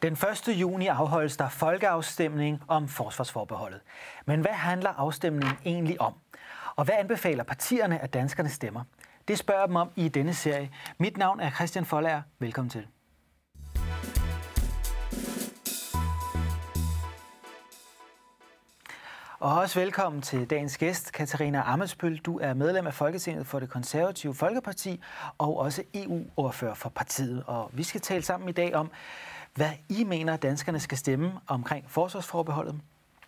Den 1. juni afholdes der folkeafstemning om forsvarsforbeholdet. Men hvad handler afstemningen egentlig om? Og hvad anbefaler partierne, at danskerne stemmer? Det spørger jeg dem om i denne serie. Mit navn er Christian Folager. Velkommen til. Og også velkommen til dagens gæst, Katarina Ammitzbøll. Du er medlem af Folketinget for Det Konservative Folkeparti og også EU-ordfører for partiet. Og vi skal tale sammen i dag om, hvad I mener, danskerne skal stemme omkring forsvarsforbeholdet.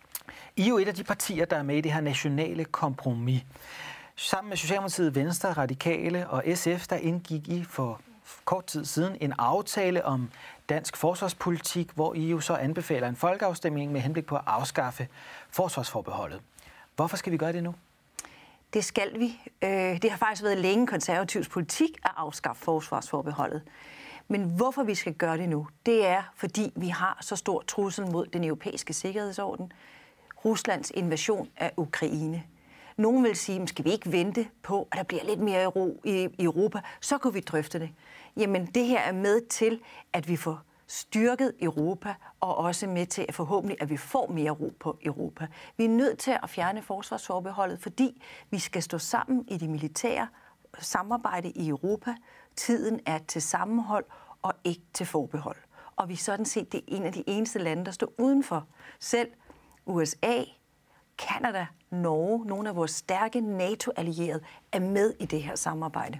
I er jo et af de partier, der er med i det her nationale kompromis. Sammen med Socialdemokratiet, Venstre, Radikale og SF, der indgik I for kort tid siden en aftale om dansk forsvarspolitik, hvor I jo så anbefaler en folkeafstemning med henblik på at afskaffe forsvarsforbeholdet. Hvorfor skal vi gøre det nu? Det skal vi. Det har faktisk været længe konservativs politik at afskaffe forsvarsforbeholdet. Men hvorfor vi skal gøre det nu, det er, fordi vi har så stor trussel mod den europæiske sikkerhedsorden. Ruslands invasion af Ukraine. Nogen vil sige, skal vi ikke vente på, at der bliver lidt mere ro i Europa, så kunne vi drøfte det. Jamen, det her er med til, at vi får styrket Europa, og også med til, at forhåbentlig, at vi får mere ro på Europa. Vi er nødt til at fjerne forsvarsforbeholdet, fordi vi skal stå sammen i det militære samarbejde i Europa. Tiden er til sammenhold og ikke til forbehold. Og vi er sådan set det en af de eneste lande, der står udenfor. Selv USA, Canada, Norge, nogle af vores stærke NATO-allierede, er med i det her samarbejde.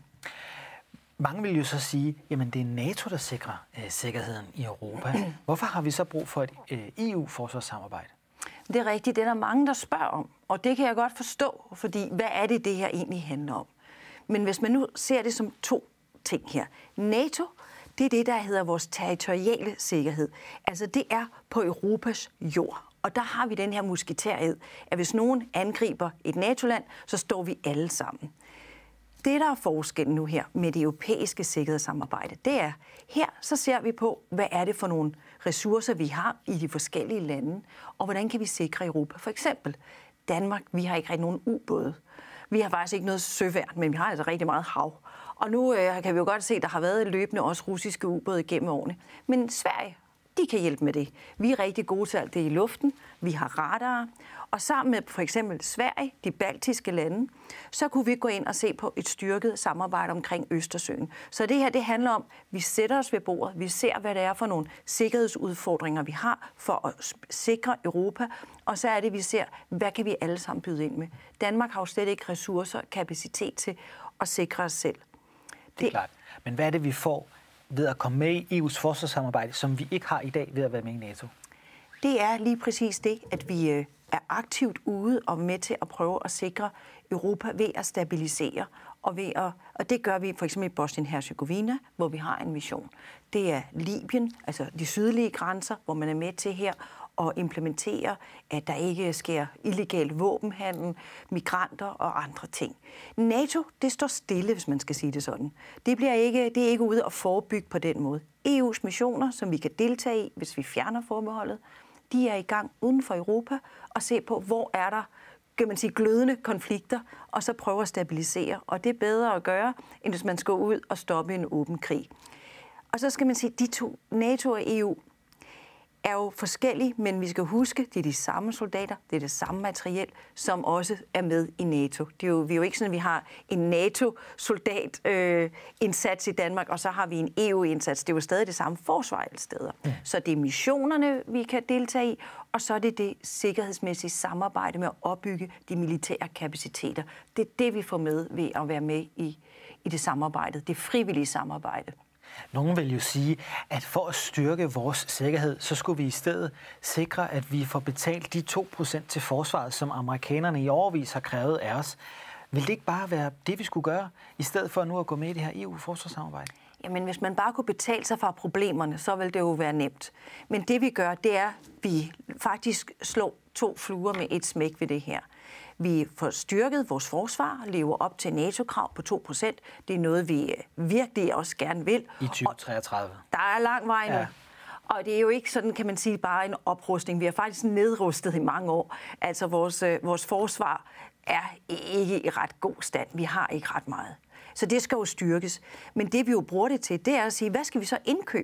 Mange vil jo så sige, jamen det er NATO, der sikrer sikkerheden i Europa. Hvorfor har vi så brug for et EU-forsvarssamarbejde? Det er rigtigt, det er der mange, der spørger om. Og det kan jeg godt forstå, fordi hvad er det her egentlig handler om? Men hvis man nu ser det som to ting her. NATO, det er det, der hedder vores territoriale sikkerhed. Altså det er på Europas jord. Og der har vi den her musketæred, at hvis nogen angriber et NATO-land, så står vi alle sammen. Det, der er forskellen nu her med det europæiske sikkerhedssamarbejde, det er, her så ser vi på, hvad er det for nogle ressourcer, vi har i de forskellige lande, og hvordan kan vi sikre Europa. For eksempel, Danmark, vi har ikke rigtig nogen ubåde. Vi har faktisk ikke noget søværn, men vi har altså rigtig meget hav. Og nu kan vi jo godt se, at der har været løbende også russiske ubåde gennem årene. Men Sverige, de kan hjælpe med det. Vi er rigtig gode til alt det i luften. Vi har radarer. Og sammen med for eksempel Sverige, de baltiske lande, så kunne vi gå ind og se på et styrket samarbejde omkring Østersøen. Så det her, det handler om, at vi sætter os ved bordet. Vi ser, hvad det er for nogle sikkerhedsudfordringer, vi har for at sikre Europa. Og så er det, vi ser, hvad kan vi alle sammen byde ind med. Danmark har jo slet ikke ressourcer og kapacitet til at sikre os selv. Det er klart. Men hvad er det, vi får ved at komme med i EU's forsvarssamarbejde, som vi ikke har i dag ved at være med i NATO? Det er lige præcis det, at vi er aktivt ude og med til at prøve at sikre Europa ved at stabilisere. Og det gør vi for eksempel i Bosnien-Herzegovina, hvor vi har en mission. Det er Libyen, altså de sydlige grænser, hvor man er med til her og implementere, at der ikke sker illegal våbenhandel, migranter og andre ting. NATO, det står stille, hvis man skal sige det sådan. Det er ikke ude at forebygge på den måde. EU's missioner, som vi kan deltage i, hvis vi fjerner forbeholdet, de er i gang uden for Europa og se på, hvor er der, kan man sige, glødende konflikter, og så prøve at stabilisere. Og det er bedre at gøre, end hvis man skal ud og stoppe en åben krig. Og så skal man sige, de to, NATO og EU, er jo forskellige, men vi skal huske, det er de samme soldater, det er det samme materiel, som også er med i NATO. Vi er jo ikke sådan, at vi har en NATO-soldat-indsats i Danmark, og så har vi en EU-indsats. Det er jo stadig det samme forsvar alle steder. Så det er missionerne, vi kan deltage i, og så er det sikkerhedsmæssige samarbejde med at opbygge de militære kapaciteter. Det er det, vi får med ved at være med i det samarbejde, det frivillige samarbejde. Nogen vil jo sige, at for at styrke vores sikkerhed, så skulle vi i stedet sikre, at vi får betalt de 2% til forsvaret, som amerikanerne i årevis har krævet af os. Vil det ikke bare være det, vi skulle gøre, i stedet for nu at gå med i det her EU-forsvarssamarbejde? Jamen, hvis man bare kunne betale sig fra problemerne, så vil det jo være nemt. Men det vi gør, det er, at vi faktisk slår 2 fluer med et smæk ved det her. Vi får styrket vores forsvar, lever op til NATO-krav på 2%. Det er noget, vi virkelig også gerne vil. I 2033. Der er lang vej nu. Ja. Og det er jo ikke sådan, kan man sige, bare en oprustning. Vi har faktisk nedrustet i mange år. Altså vores forsvar er ikke i ret god stand. Vi har ikke ret meget. Så det skal jo styrkes. Men det vi jo bruger det til, det er at sige, hvad skal vi så indkøbe?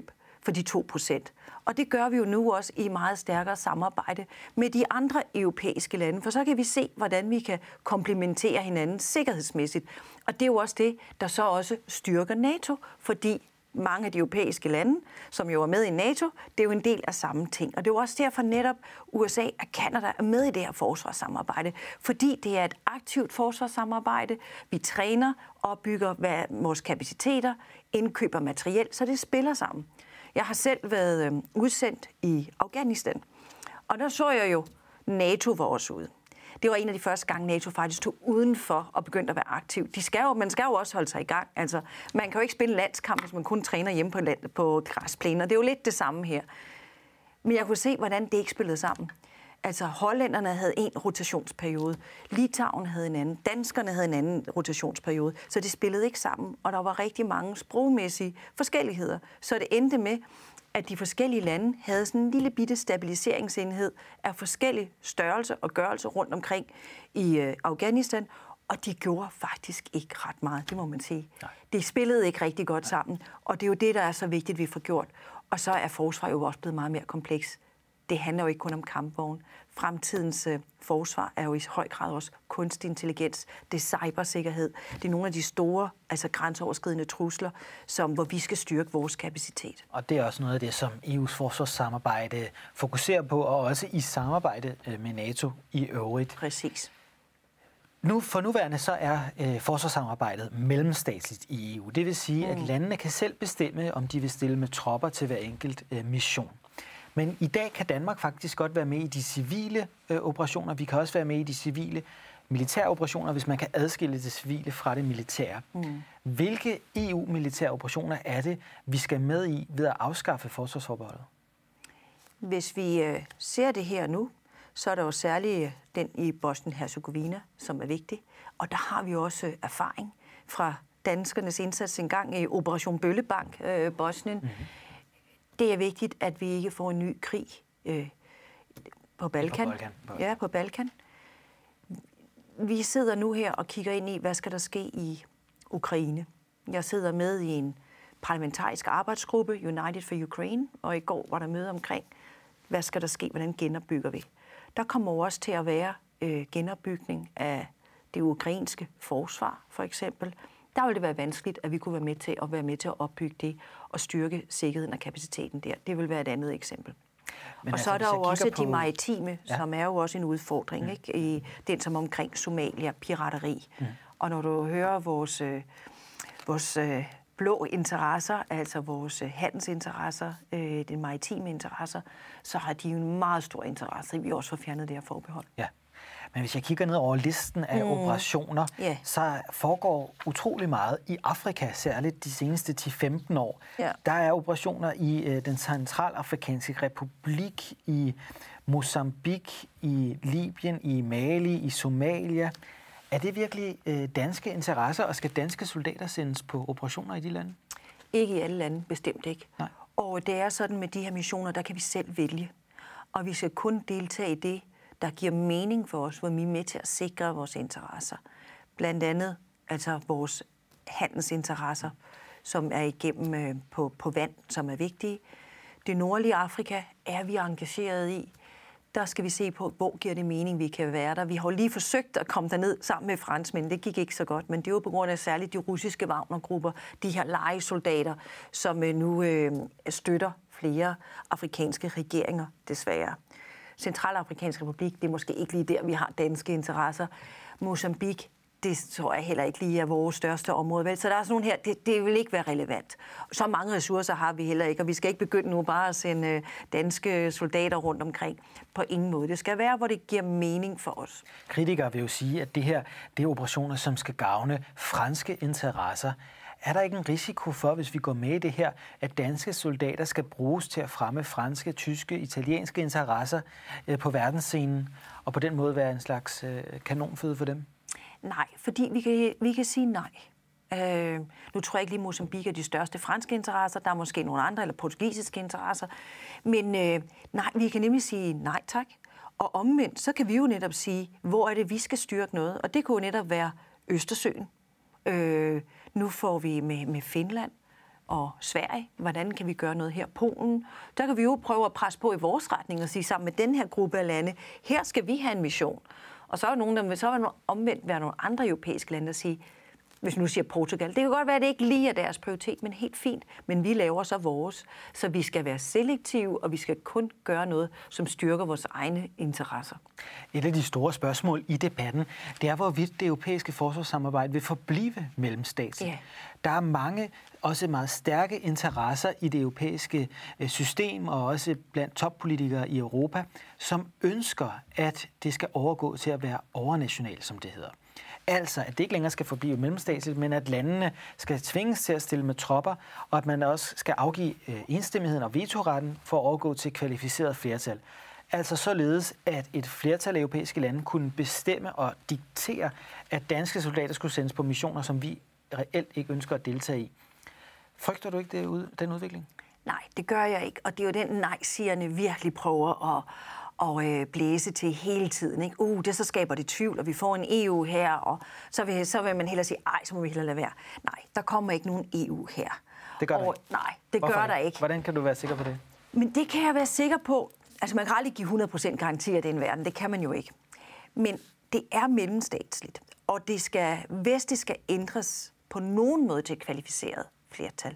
for de 2%. Og det gør vi jo nu også i meget stærkere samarbejde med de andre europæiske lande, for så kan vi se, hvordan vi kan komplementere hinanden sikkerhedsmæssigt. Og det er jo også det, der så også styrker NATO, fordi mange af de europæiske lande, som jo er med i NATO, det er jo en del af samme ting. Og det er jo også derfor netop USA og Canada er med i det her forsvarssamarbejde, fordi det er et aktivt forsvarssamarbejde. Vi træner, opbygger vores kapaciteter, indkøber materiel, så det spiller sammen. Jeg har selv været udsendt i Afghanistan, og der så jeg jo, NATO var også ude. Det var en af de første gange, NATO faktisk tog udenfor og begyndte at være aktiv. Man skal jo også holde sig i gang. Altså, man kan jo ikke spille landskamp, hvis man kun træner hjemme på græsplæner. Det er jo lidt det samme her. Men jeg kunne se, hvordan det ikke spillede sammen. Altså, hollænderne havde en rotationsperiode, Litauen havde en anden, danskerne havde en anden rotationsperiode, så det spillede ikke sammen, og der var rigtig mange sprogmæssige forskelligheder. Så det endte med, at de forskellige lande havde sådan en lille bitte stabiliseringsenhed af forskellige størrelser og gørelser rundt omkring i Afghanistan, og de gjorde faktisk ikke ret meget, det må man sige. Nej. Det spillede ikke rigtig godt sammen, og det er jo det, der er så vigtigt, vi får gjort. Og så er forsvar jo også blevet meget mere kompleks. Det handler jo ikke kun om kampvogne. Fremtidens forsvar er jo i høj grad også kunstig intelligens, det er cybersikkerhed, det er nogle af de store, altså grænseoverskridende trusler, hvor vi skal styrke vores kapacitet. Og det er også noget af det, som EU's forsvarssamarbejde fokuserer på, og også i samarbejde med NATO i øvrigt. Præcis. For nuværende så er forsvarssamarbejdet mellemstatsligt i EU. Det vil sige, at landene kan selv bestemme, om de vil stille med tropper til hver enkelt mission. Men i dag kan Danmark faktisk godt være med i de civile operationer. Vi kan også være med i de civile militære operationer, hvis man kan adskille det civile fra det militære. Hvilke EU-militære operationer er det, vi skal med i ved at afskaffe forsvarsforbeholdet? Hvis vi ser det her nu, så er der jo særligt den i Bosnien-Hercegovina, som er vigtig. Og der har vi også erfaring fra danskernes indsats engang i Operation Bøllebank, Bosnien. Det er vigtigt, at vi ikke får en ny krig på Balkan. Ja, på Balkan. Vi sidder nu her og kigger ind i, hvad skal der ske i Ukraine. Jeg sidder med i en parlamentarisk arbejdsgruppe, United for Ukraine, og i går var der møde omkring, hvad skal der ske, hvordan genopbygger vi. Der kommer også til at være genopbygning af det ukrainske forsvar, for eksempel. Der vil det være vanskeligt, at vi kunne være med til at opbygge det og styrke sikkerheden og kapaciteten der. Det vil være et andet eksempel. Men og så er der jo også de maritime, som er jo også en udfordring, ikke? I den som omkring Somalia, pirateri. Og når du hører vores blå interesser, altså vores handelsinteresser, de maritime interesser, så har de jo en meget stor interesse i, at vi også får fjernet det her forbehold. Ja. Men hvis jeg kigger ned over listen af operationer, så foregår utrolig meget i Afrika, særligt de seneste 10-15 år. Ja. Der er operationer i den Centralafrikanske Republik, i Mozambique, i Libyen, i Mali, i Somalia. Er det virkelig danske interesser, og skal danske soldater sendes på operationer i de lande? Ikke i alle lande, bestemt ikke. Nej. Og det er sådan med de her missioner, der kan vi selv vælge. Og vi skal kun deltage i det, der giver mening for os, hvor vi er med til at sikre vores interesser. Blandt andet altså vores handelsinteresser, som er igennem på vand, som er vigtige. Det nordlige Afrika er vi engageret i. Der skal vi se på, hvor giver det mening, vi kan være der. Vi har jo lige forsøgt at komme derned sammen med franskmænd. Det gik ikke så godt, men det var på grund af særligt de russiske Wagner-grupper, de her lejesoldater, som nu støtter flere afrikanske regeringer, desværre. Centralafrikansk Republik, det er måske ikke lige der, vi har danske interesser. Mozambique, det tror jeg heller ikke lige er vores største område. Vel? Så der er sådan nogle her, det vil ikke være relevant. Så mange ressourcer har vi heller ikke, og vi skal ikke begynde nu bare at sende danske soldater rundt omkring. På ingen måde. Det skal være, hvor det giver mening for os. Kritikere vil jo sige, at det her det er operationer, som skal gavne franske interesser. Er der ikke en risiko for, hvis vi går med i det her, at danske soldater skal bruges til at fremme franske, tyske, italienske interesser på verdensscenen, og på den måde være en slags kanonføde for dem? Nej, fordi vi kan sige nej. Nu tror jeg ikke lige, Mozambique er de største franske interesser. Der er måske nogle andre, eller portugisiske interesser. Men nej, vi kan nemlig sige nej tak. Og omvendt, så kan vi jo netop sige, hvor er det, vi skal styrke noget. Og det kunne jo netop være Østersøen. Nu får vi med Finland og Sverige. Hvordan kan vi gøre noget her? Polen. Der kan vi jo prøve at presse på i vores retning og sige sammen med den her gruppe af lande, her skal vi have en mission. Og så er der omvendt være nogle andre europæiske lande, der siger, hvis nu siger Portugal, det kan godt være, at det ikke lige er deres prioritet, men helt fint. Men vi laver så vores. Så vi skal være selektive, og vi skal kun gøre noget, som styrker vores egne interesser. Et af de store spørgsmål i debatten, det er, hvorvidt det europæiske forsvarssamarbejde vil forblive mellemstatsligt. Yeah. Der er mange, også meget stærke interesser i det europæiske system, og også blandt toppolitikere i Europa, som ønsker, at det skal overgå til at være overnationalt, som det hedder. Altså, at det ikke længere skal forblive mellemstatsligt, men at landene skal tvinges til at stille med tropper, og at man også skal afgive enstemmigheden og vetoretten for at overgå til kvalificeret flertal. Altså således, at et flertal af europæiske lande kunne bestemme og diktere, at danske soldater skulle sendes på missioner, som vi reelt ikke ønsker at deltage i. Frygter du ikke den udvikling? Nej, det gør jeg ikke, og det er jo den nej-sigerne virkelig prøver at blæse til hele tiden. Ikke? Det så skaber det tvivl, og vi får en EU her, og så vil man hellere sige, så må vi hellere lade være. Nej, der kommer ikke nogen EU her. Det gør der ikke? Nej, det gør der ikke. Hvordan kan du være sikker på det? Men det kan jeg være sikker på. Altså, man kan aldrig give 100% garanti af den verden. Det kan man jo ikke. Men det er mellemstatsligt, og hvis det skal ændres på nogen måde til et kvalificeret flertal,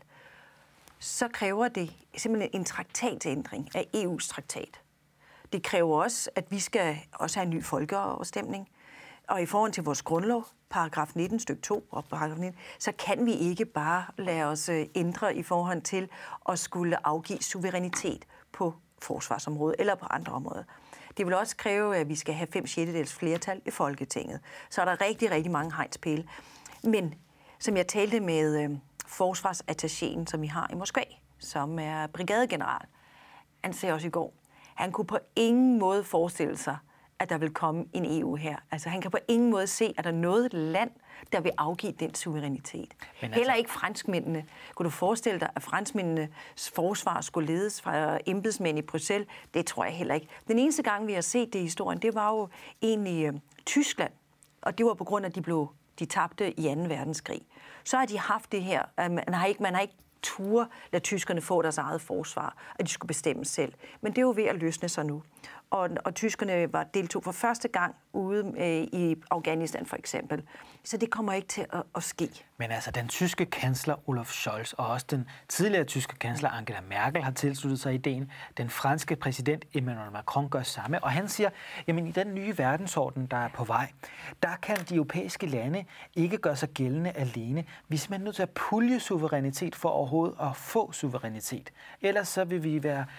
så kræver det simpelthen en traktatændring af EU's traktat. Det kræver også, at vi skal også have en ny folkeafstemning. Og i forhold til vores grundlov, paragraf 19, stykke 2 og paragraf 19, så kan vi ikke bare lade os ændre i forhold til at skulle afgive suverænitet på forsvarsområdet eller på andre områder. Det vil også kræve, at vi skal have 5/6 flertal i Folketinget. Så er der rigtig, rigtig mange hegnspæle. Men som jeg talte med forsvarsattachéen, som vi har i Moskva, som er brigadegeneral, han sagde også i går, han kunne på ingen måde forestille sig, at der vil komme en EU her. Altså han kan på ingen måde se, at der er noget land, der vil afgive den suverænitet. Heller ikke franskmændene. Kunne du forestille dig, at franskmændenes forsvar skulle ledes fra embedsmænd i Bruxelles? Det tror jeg heller ikke. Den eneste gang, vi har set det i historien, det var jo egentlig Tyskland. Og det var på grund af, at de tabte i 2. verdenskrig. Så har de haft det her. Man har ikke turde lade tyskerne få deres eget forsvar, at de skulle bestemme selv. Men det er jo ved at løsne sig nu. Og tyskerne deltog for første gang ude i Afghanistan for eksempel. Så det kommer ikke til at ske. Men altså, den tyske kansler Olaf Scholz og også den tidligere tyske kansler Angela Merkel har tilsluttet sig ideen. Den franske præsident Emmanuel Macron gør samme, og han siger, jamen i den nye verdensorden, der er på vej, der kan de europæiske lande ikke gøre sig gældende alene. Vi er simpelthen nødt til at pulje suverænitet for overhovedet at få suverænitet. Ellers så vil vi være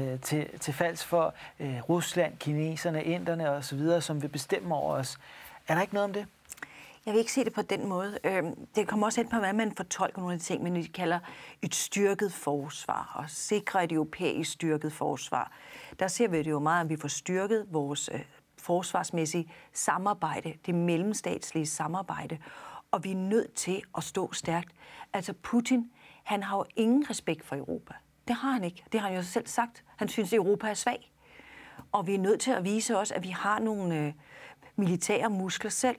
til falds for Rusland, kineserne, inderne osv., som vil bestemme over os. Er der ikke noget om det? Jeg vil ikke se det på den måde. Det kommer også hen på, hvad man fortolker nogle af de ting, men vi kalder et styrket forsvar og sikre et europæisk styrket forsvar. Der ser vi det jo meget, at vi får styrket vores forsvarsmæssige samarbejde, det mellemstatslige samarbejde, og vi er nødt til at stå stærkt. Altså Putin, han har jo ingen respekt for Europa. Det har han ikke. Det har han jo selv sagt. Han synes, at Europa er svag. Og vi er nødt til at vise os, at vi har nogle militære muskler selv.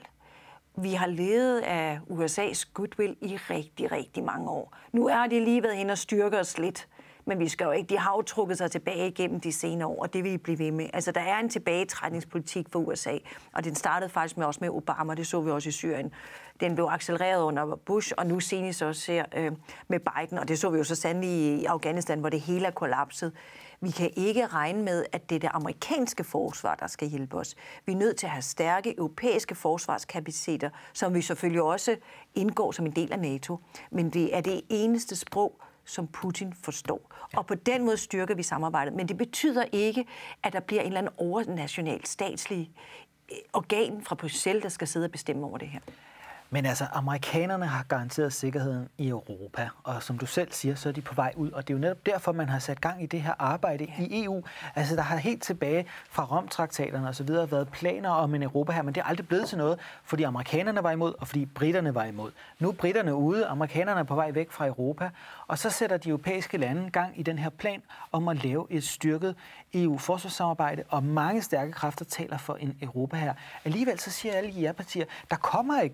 Vi har levet af USA's goodwill i rigtig, rigtig mange år. Nu har de lige været hen og styrke os lidt, men vi skal jo ikke. De har jo trukket sig tilbage igennem de senere år, og det vil de blive ved med. Altså, der er en tilbagetrækningspolitik for USA, og den startede faktisk også med Obama, det så vi også i Syrien. Den blev accelereret under Bush, og nu senest også her med Biden, og det så vi jo så sandelig i Afghanistan, hvor det hele er kollapset. Vi kan ikke regne med, at det er det amerikanske forsvar, der skal hjælpe os. Vi er nødt til at have stærke europæiske forsvarskapaciteter, som vi selvfølgelig også indgår som en del af NATO. Men det er det eneste sprog, som Putin forstår. Og på den måde styrker vi samarbejdet. Men det betyder ikke, at der bliver en eller anden overnational statslig organ fra Bruxelles, der skal sidde og bestemme over det her. Men altså, amerikanerne har garanteret sikkerheden i Europa, og som du selv siger, så er de på vej ud, og det er jo netop derfor, man har sat gang i det her arbejde i EU. Altså, der har helt tilbage fra Romtraktaterne og så videre været planer om en Europa her, men det er aldrig blevet til noget, fordi amerikanerne var imod, og fordi britterne var imod. Nu er britterne ude, amerikanerne er på vej væk fra Europa, og så sætter de europæiske lande gang i den her plan om at lave et styrket EU-forsvarssamarbejde, og mange stærke kræfter taler for en Europa her. Alligevel så siger alle ja-partier, der kommer ikke nogen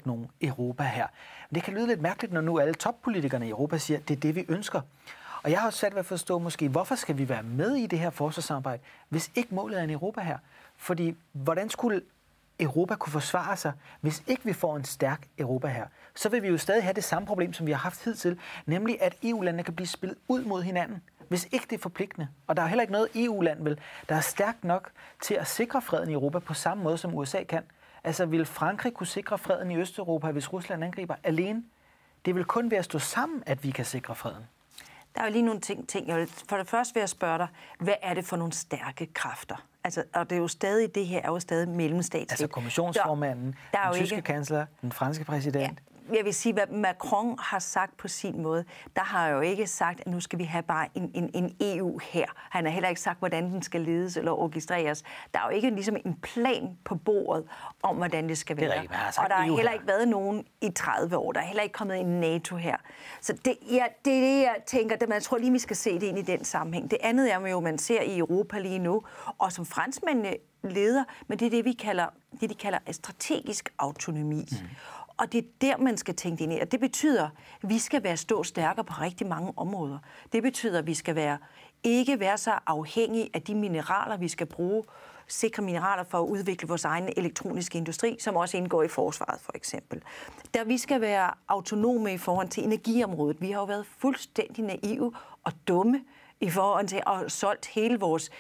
Europa her. Men det kan lyde lidt mærkeligt, når nu alle toppolitikerne i Europa siger, at det er det, vi ønsker. Og jeg har også sat ved at forstå måske, hvorfor skal vi være med i det her forsvarssamarbejde, hvis ikke målet er en Europa her? Fordi hvordan skulle Europa kunne forsvare sig, hvis ikke vi får en stærk Europa her? Så vil vi jo stadig have det samme problem, som vi har haft hidtil, nemlig at EU-landene kan blive spillet ud mod hinanden, hvis ikke det er forpligtende. Og der er heller ikke noget EU-land, vel, der er stærkt nok til at sikre freden i Europa på samme måde, som USA kan. Altså, vil Frankrig kunne sikre freden i Østeuropa, hvis Rusland angriber alene? Det vil kun være at stå sammen, at vi kan sikre freden. Der er jo lige nogle ting. For det første vil jeg spørge dig, hvad er det for nogle stærke kræfter? Altså, og det er jo stadig, det her er jo stadig mellemstatsligt. Altså kommissionsformanden, den tyske kansler, den franske præsident. Ja, jeg vil sige, hvad Macron har sagt på sin måde. Der har jo ikke sagt, at nu skal vi have bare en EU her. Han har heller ikke sagt, hvordan den skal ledes eller orkestreres. Der er jo ikke ligesom en plan på bordet om, hvordan det skal være. Det er og der har heller ikke været nogen i 30 år. Der er heller ikke kommet en NATO her. Så det er det, jeg tænker. Jeg tror lige, vi skal se det ind i den sammenhæng. Det andet er jo, man ser i Europa lige nu, og som franskmændene leder, men det er det, de kalder strategisk autonomi. Og det er der, man skal tænke ind i. Og det betyder, at vi skal stå stærkere på rigtig mange områder. Det betyder, at vi skal ikke være så afhængige af de mineraler, vi skal bruge, sikre mineraler for at udvikle vores egen elektroniske industri, som også indgår i forsvaret for eksempel. Der vi skal være autonome i forhold til energiområdet. Vi har jo været fuldstændig naive og dumme i forhold til at have solgt hele vores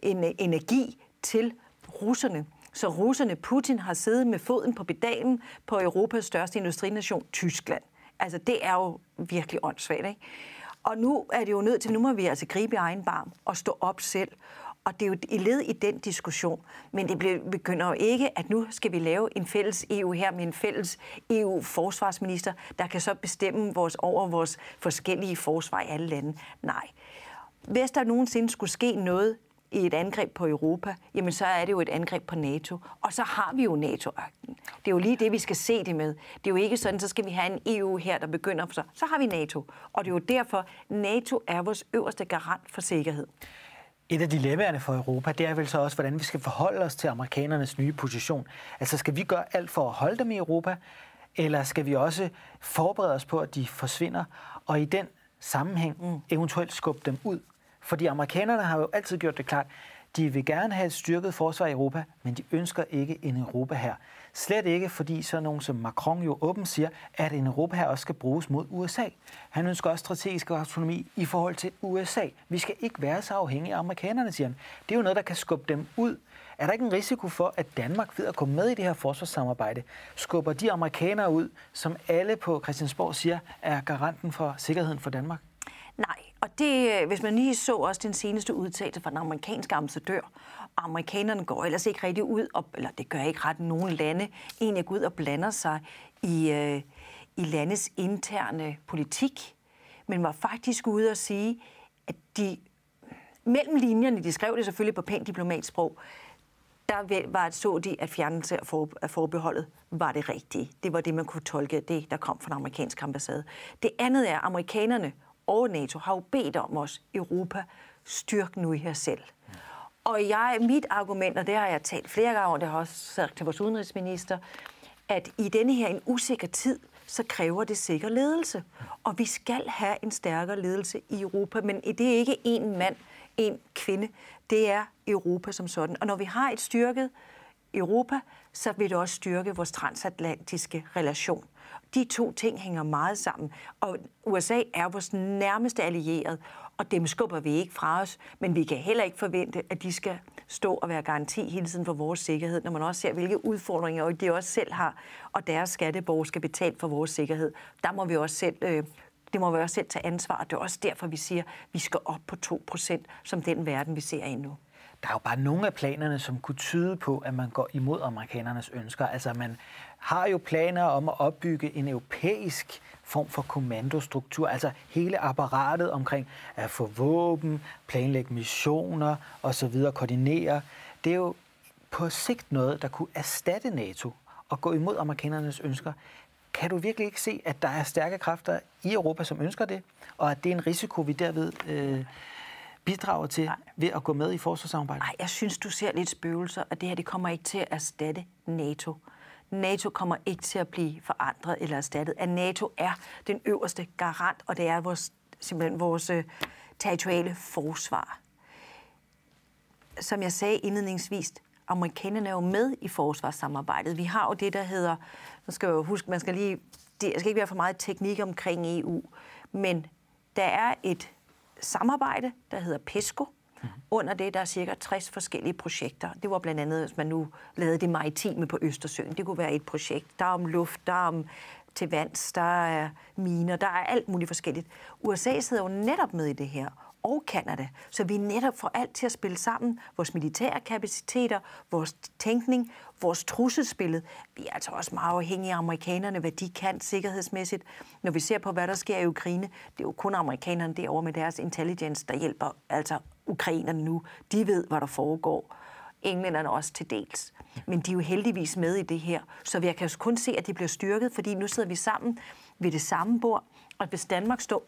energi til russerne. Så russerne, Putin, har siddet med foden på pedalen på Europas største industrination, Tyskland. Altså, det er jo virkelig åndssvagt, ikke? Og nu er det jo nødt til, nu må vi altså gribe i egen barm og stå op selv. Og det er jo et led i den diskussion. Men det begynder jo ikke, at nu skal vi lave en fælles EU her med en fælles EU-forsvarsminister, der kan så bestemme over vores forskellige forsvar i alle lande. Nej. Hvis der nogensinde skulle ske noget i et angreb på Europa, jamen så er det jo et angreb på NATO. Og så har vi jo NATO-akten. Det er jo lige det, vi skal se det med. Det er jo ikke sådan, så skal vi have en EU her, der begynder for så har vi NATO. Og det er jo derfor, NATO er vores øverste garant for sikkerhed. Et af dilemmaerne for Europa, det er vel så også, hvordan vi skal forholde os til amerikanernes nye position. Altså, skal vi gøre alt for at holde dem i Europa, eller skal vi også forberede os på, at de forsvinder, og i den sammenhæng eventuelt skubbe dem ud? Fordi amerikanerne har jo altid gjort det klart, de vil gerne have et styrket forsvar i Europa, men de ønsker ikke en Europa her. Slet ikke, fordi så nogen som Macron jo åbent siger, at en Europa her også skal bruges mod USA. Han ønsker også strategisk autonomi i forhold til USA. Vi skal ikke være så afhængige af amerikanerne, siger han. Det er jo noget, der kan skubbe dem ud. Er der ikke en risiko for, at Danmark ved at komme med i det her forsvarssamarbejde, skubber de amerikanere ud, som alle på Christiansborg siger, er garanten for sikkerheden for Danmark? Nej, og det, hvis man lige så også den seneste udtalelse fra den amerikanske ambassadør, og amerikanerne går ellers ikke rigtig ud, eller det gør ikke ret nogen lande, egentlig går ud og blander sig i landets interne politik, men var faktisk ude at sige, at de mellem linjerne, de skrev det selvfølgelig på pænt diplomatsprog, så de, at fjernelse af forbeholdet var det rigtige. Det var det, man kunne tolke af det, der kom fra den amerikanske ambassade. Det andet er, at amerikanerne og NATO har jo bedt om os, Europa, styrk nu i jer selv. Og mit argument, og det har jeg talt flere gange, og det har også sagt til vores udenrigsminister, at i denne her en usikker tid, så kræver det sikker ledelse. Og vi skal have en stærkere ledelse i Europa, men det er ikke én mand, én kvinde. Det er Europa som sådan. Og når vi har et styrket Europa, så vil det også styrke vores transatlantiske relation. De to ting hænger meget sammen, og USA er vores nærmeste allierede, og dem skubber vi ikke fra os, men vi kan heller ikke forvente, at de skal stå og være garanti hele tiden for vores sikkerhed, når man også ser, hvilke udfordringer de også selv har, og deres skatteborgere skal betale for vores sikkerhed. Der må vi også selv tage ansvar, og det er også derfor, vi siger, at vi skal op på 2%, som den verden, vi ser endnu. Der er jo bare nogle af planerne, som kunne tyde på, at man går imod amerikanernes ønsker. Altså, man har jo planer om at opbygge en europæisk form for kommandostruktur, altså hele apparatet omkring at få våben, planlægge missioner osv., koordinere. Det er jo på sigt noget, der kunne erstatte NATO og gå imod amerikanernes ønsker. Kan du virkelig ikke se, at der er stærke kræfter i Europa, som ønsker det, og at det er en risiko, vi derved bidrager til ved at gå med i forsvarssamarbejdet? Nej, jeg synes, du ser lidt spøgelser, og det her det kommer ikke til at erstatte NATO. NATO kommer ikke til at blive forandret eller erstattet. At NATO er den øverste garant, og det er simpelthen vores territoriale forsvar. Som jeg sagde indledningsvis, amerikanerne er jo med i forsvarssamarbejdet. Vi har jo det, der hedder, nu skal jeg jo huske, jeg skal ikke være for meget teknik omkring EU, men der er et samarbejde, der hedder PESCO. Under det, der er cirka 60 forskellige projekter. Det var blandt andet, hvis man nu lavede det maritime på Østersøen. Det kunne være et projekt. Der er om luft, der er om til vands, der er miner, der er alt muligt forskelligt. USA sidder jo netop med i det her, og Canada. Så vi netop får alt til at spille sammen. Vores militære kapaciteter, vores tænkning, vores trusselsbillede. Vi er altså også meget afhængige af amerikanerne, hvad de kan sikkerhedsmæssigt. Når vi ser på, hvad der sker i Ukraine, det er jo kun amerikanerne derovre med deres intelligence, der hjælper altså ukrainerne nu. De ved, hvad der foregår. Englænderne også til dels. Men de er jo heldigvis med i det her. Så jeg kan kun se, at de bliver styrket, fordi nu sidder vi sammen ved det samme bord. Og hvis Danmark står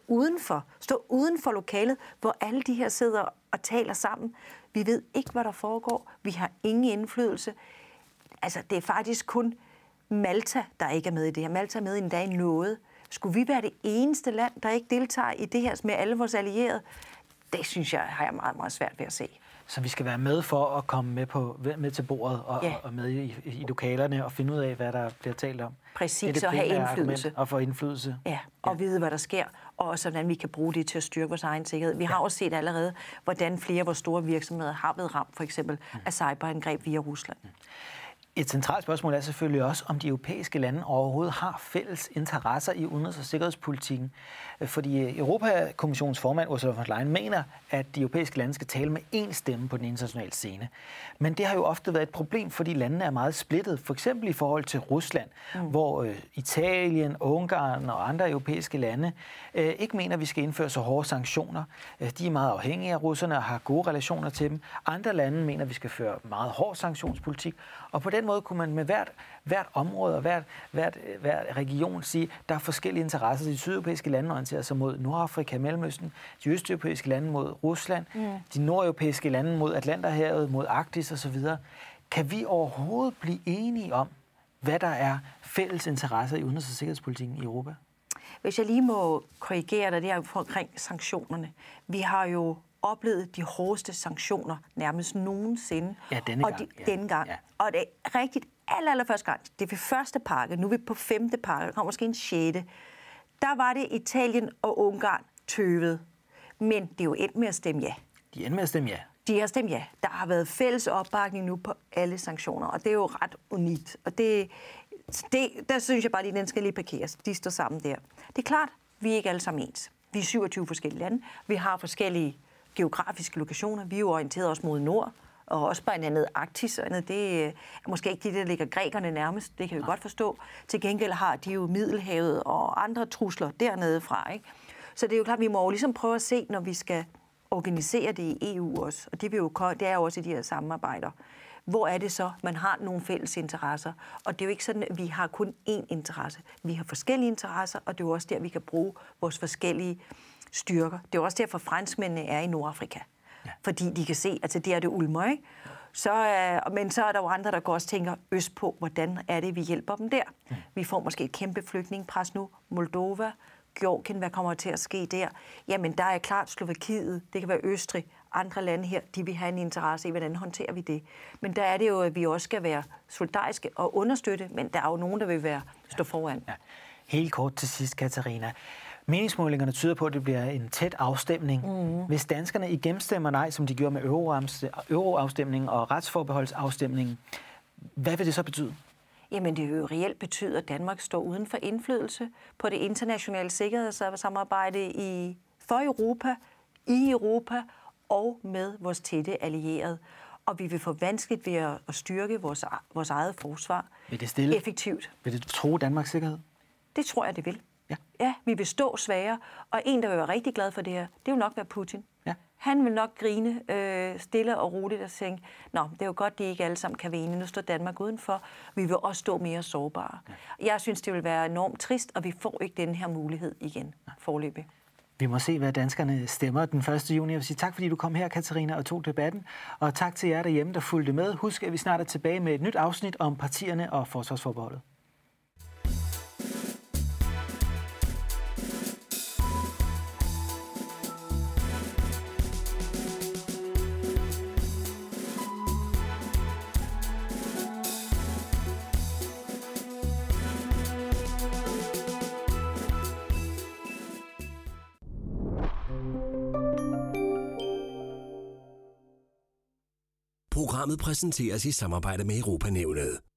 uden for lokalet, hvor alle de her sidder og taler sammen, vi ved ikke, hvad der foregår. Vi har ingen indflydelse. Altså, det er faktisk kun Malta, der ikke er med i det her. Malta er med endda i noget. Skulle vi være det eneste land, der ikke deltager i det her med alle vores allierede? Det synes jeg, har jeg meget, meget svært ved at se. Så vi skal være med for at komme med til bordet og med i lokalerne og finde ud af, hvad der bliver talt om. Præcis, og have indflydelse. Og få indflydelse. Ja, og vide, hvad der sker, og sådan, vi kan bruge det til at styrke vores egen sikkerhed. Vi har også set allerede, hvordan flere af vores store virksomheder har været ramt, for eksempel af cyberangreb via Rusland. Et centralt spørgsmål er selvfølgelig også, om de europæiske lande overhovedet har fælles interesser i udenrigs- og sikkerhedspolitikken. Fordi Europakommissionens formand Ursula von der Leyen mener, at de europæiske lande skal tale med én stemme på den internationale scene. Men det har jo ofte været et problem, fordi landene er meget splittet. For eksempel i forhold til Rusland, hvor Italien, Ungarn og andre europæiske lande ikke mener, at vi skal indføre så hårde sanktioner. De er meget afhængige af russerne og har gode relationer til dem. Andre lande mener, at vi skal føre meget hård sanktionspolitik. Og på den måde kunne man med hvert område og hver region sige, at der er forskellige interesser. De sydeuropæiske lande orienterer sig mod Nordafrika, Mellemøsten, de østeuropæiske lande mod Rusland, de nordeuropæiske lande mod Atlanterhavet, mod Arktis osv. Kan vi overhovedet blive enige om, hvad der er fælles interesser i udenrigs- og sikkerhedspolitikken i Europa? Hvis jeg lige må korrigere dig, det er omkring sanktionerne. Vi har jo oplevet de hårdeste sanktioner nærmest nogensinde. Ja, denne gang. Denne gang. Ja. Og det er rigtigt allerførste gang. Det er ved første pakke, nu er vi på 5. pakke, der kommer måske en 6. Der var det Italien og Ungarn tøvet. Men det er jo endt med at stemme ja. De endte med at stemme ja. De har stemt ja. Der har været fælles opbakning nu på alle sanktioner, og det er jo ret unikt. Og der synes jeg bare, at den skal lige parkeres. De står sammen der. Det er klart, vi er ikke alle sammen ens. Vi er 27 forskellige lande. Vi har forskellige geografiske lokationer. Vi er jo orienteret også mod nord, og også blandt andet Arktis. Det er måske ikke det, der ligger grækerne nærmest. Det kan vi godt forstå. Til gengæld har de jo Middelhavet og andre trusler dernede fra. Ikke? Så det er jo klart, vi må jo ligesom prøve at se, når vi skal organisere det i EU også. Og det er jo også i de her samarbejder. Hvor er det så, man har nogle fælles interesser? Og det er jo ikke sådan, at vi har kun én interesse. Vi har forskellige interesser, og det er jo også der, vi kan bruge vores forskellige styrker. Det er jo også derfor, franskmændene er i Nordafrika. Ja. Fordi de kan se, at det er det ulmer, ikke? Men så er der jo andre, der går også tænker østpå, hvordan er det, vi hjælper dem der? Vi får måske et kæmpe flygtningepres nu. Moldova, Georgien, hvad kommer til at ske der? Jamen, der er klart Slovakiet, det kan være Østrig, andre lande her, de vil have en interesse i, hvordan håndterer vi det. Men der er det jo, at vi også skal være solidariske og understøtte, men der er jo nogen, der vil stå foran. Ja. Helt kort til sidst, Katarina. Meningsmålingerne tyder på, at det bliver en tæt afstemning. Hvis danskerne igen stemmer nej, som de gjorde med euroafstemningen og retsforbeholdsafstemningen, hvad vil det så betyde? Jamen, det vil jo reelt betyde, at Danmark står uden for indflydelse på det internationale sikkerhedssamarbejde for Europa, i Europa og med vores tætte allierede. Og vi vil få vanskeligt ved at styrke vores eget forsvar effektivt. Vil det true Danmarks sikkerhed? Det tror jeg, det vil. Ja, vi vil stå svagere. Og en, der vil være rigtig glad for det her, det vil nok være Putin. Ja. Han vil nok grine stille og roligt og tænke, det er jo godt, de ikke alle sammen kan være enige. Nu står Danmark udenfor. Vi vil også stå mere sårbare. Ja. Jeg synes, det vil være enormt trist, og vi får ikke den her mulighed igen foreløbig. Vi må se, hvad danskerne stemmer den 1. juni. Jeg vil sige tak, fordi du kom her, Katarina, og tog debatten. Og tak til jer derhjemme, der fulgte med. Husk, at vi snart er tilbage med et nyt afsnit om partierne og forsvarsforbeholdet. Programmet præsenteres i samarbejde med Europanævnet.